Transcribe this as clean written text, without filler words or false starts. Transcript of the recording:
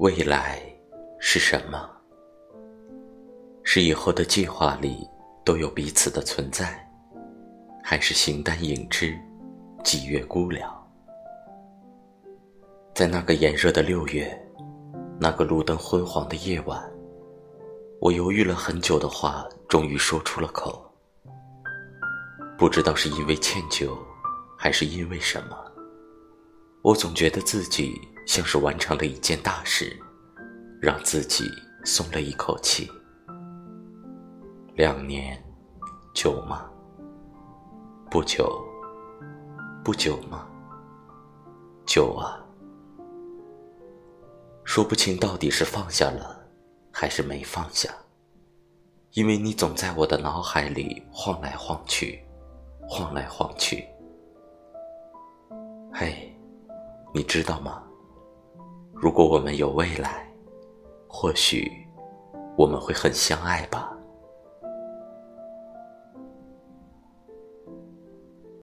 未来是什么？是以后的计划里都有彼此的存在，还是形单影只，几月孤寥？在那个炎热的6月，那个路灯昏黄的夜晚，我犹豫了很久的话终于说出了口。不知道是因为歉疚，还是因为什么，我总觉得自己像是完成了一件大事，让自己松了一口气。2年，久吗？不久，不久吗？久啊。说不清到底是放下了，还是没放下，因为你总在我的脑海里晃来晃去，晃来晃去。嘿，你知道吗？如果我们有未来，或许我们会很相爱吧。